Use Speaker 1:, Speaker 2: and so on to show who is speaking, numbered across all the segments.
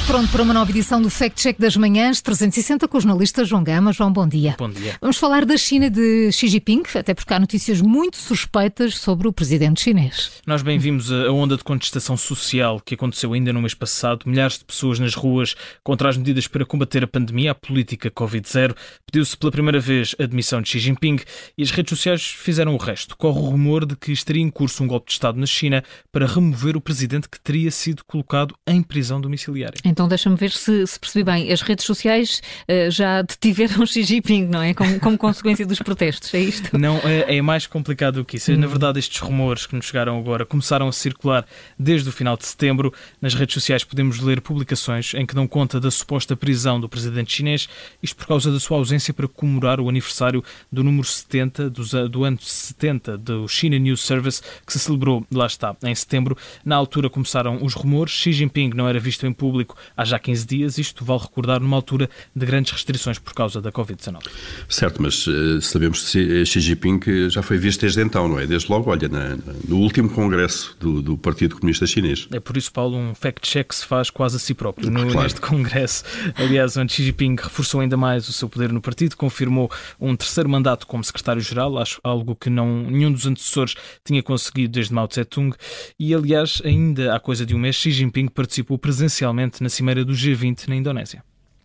Speaker 1: pronto para uma nova edição do Fact Check das Manhãs 360 com o jornalista João Gama. João, bom dia.
Speaker 2: Bom dia.
Speaker 1: Vamos falar da China de Xi Jinping, até porque há notícias muito suspeitas sobre o presidente chinês.
Speaker 2: Nós bem vimos a onda de contestação social que aconteceu ainda no mês passado. Milhares de pessoas nas ruas contra as medidas para combater a pandemia, a política Covid-0. Pediu-se pela primeira vez a demissão de Xi Jinping e as redes sociais fizeram o resto. Corre o rumor de que estaria em curso um golpe de Estado na China para remover o presidente que teria sido colocado em prisão domiciliária.
Speaker 1: Então deixa-me ver se percebi bem. As redes sociais já detiveram Xi Jinping, não é? Como consequência dos protestos, é isto?
Speaker 2: Não, é mais complicado do que isso. Na verdade, estes rumores que nos chegaram agora começaram a circular desde o final de setembro. Nas redes sociais podemos ler publicações em que dão conta da suposta prisão do presidente chinês, isto por causa da sua ausência para comemorar o aniversário do número 70, do ano 70 do China News Service, que se celebrou, lá está, em setembro. Na altura começaram os rumores. Xi Jinping não era visto em público há já 15 dias, isto vale recordar numa altura de grandes restrições por causa da Covid-19.
Speaker 3: Certo, mas sabemos que Xi Jinping já foi visto desde então, não é? Desde logo, olha, no último congresso do Partido Comunista Chinês.
Speaker 2: É por isso, Paulo, um fact-check se faz quase a si próprio
Speaker 3: Claro.
Speaker 2: neste congresso. Aliás, onde Xi Jinping reforçou ainda mais o seu poder no partido, confirmou um terceiro mandato como secretário-geral, algo que nenhum dos antecessores tinha conseguido desde Mao Tse-tung. E, aliás, ainda há coisa de um mês, Xi Jinping participou presencialmente na cimeira do G20 na Indonésia.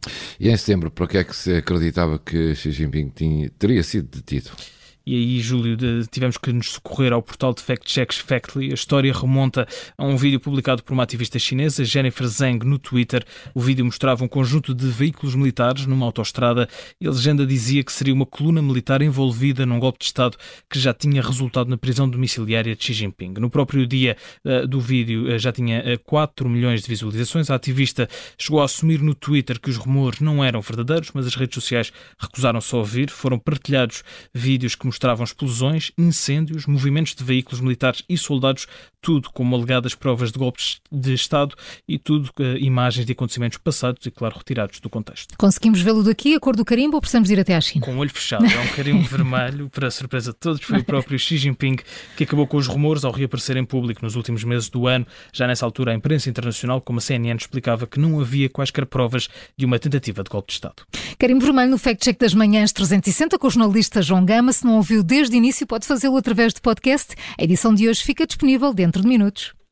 Speaker 4: E em setembro, por que é que se acreditava que Xi Jinping teria sido detido?
Speaker 2: E aí, Júlio, tivemos que nos socorrer ao portal de fact-checks Factly. A história remonta a um vídeo publicado por uma ativista chinesa, Jennifer Zheng, no Twitter. O vídeo mostrava um conjunto de veículos militares numa autoestrada e a legenda dizia que seria uma coluna militar envolvida num golpe de Estado que já tinha resultado na prisão domiciliária de Xi Jinping. No próprio dia do vídeo já tinha 4 milhões de visualizações. A ativista chegou a assumir no Twitter que os rumores não eram verdadeiros, mas as redes sociais recusaram-se a ouvir. Foram partilhados vídeos que mostravam explosões, incêndios, movimentos de veículos militares e soldados, tudo como alegadas provas de golpes de Estado e tudo imagens de acontecimentos passados e, claro, retirados do contexto.
Speaker 1: Conseguimos vê-lo daqui, a cor do carimbo, ou precisamos ir até à China?
Speaker 2: Com o olho fechado, é um carimbo vermelho, para a surpresa de todos. Foi o próprio Xi Jinping que acabou com os rumores ao reaparecer em público nos últimos meses do ano. Já nessa altura, a imprensa internacional, como a CNN, explicava que não havia quaisquer provas de uma tentativa de golpe de Estado.
Speaker 1: Carimbo vermelho no Fact Check das Manhãs 360 com o jornalista João Gama. Se não ouviu desde o início, pode fazê-lo através de podcast. A edição de hoje fica disponível dentro de minutos.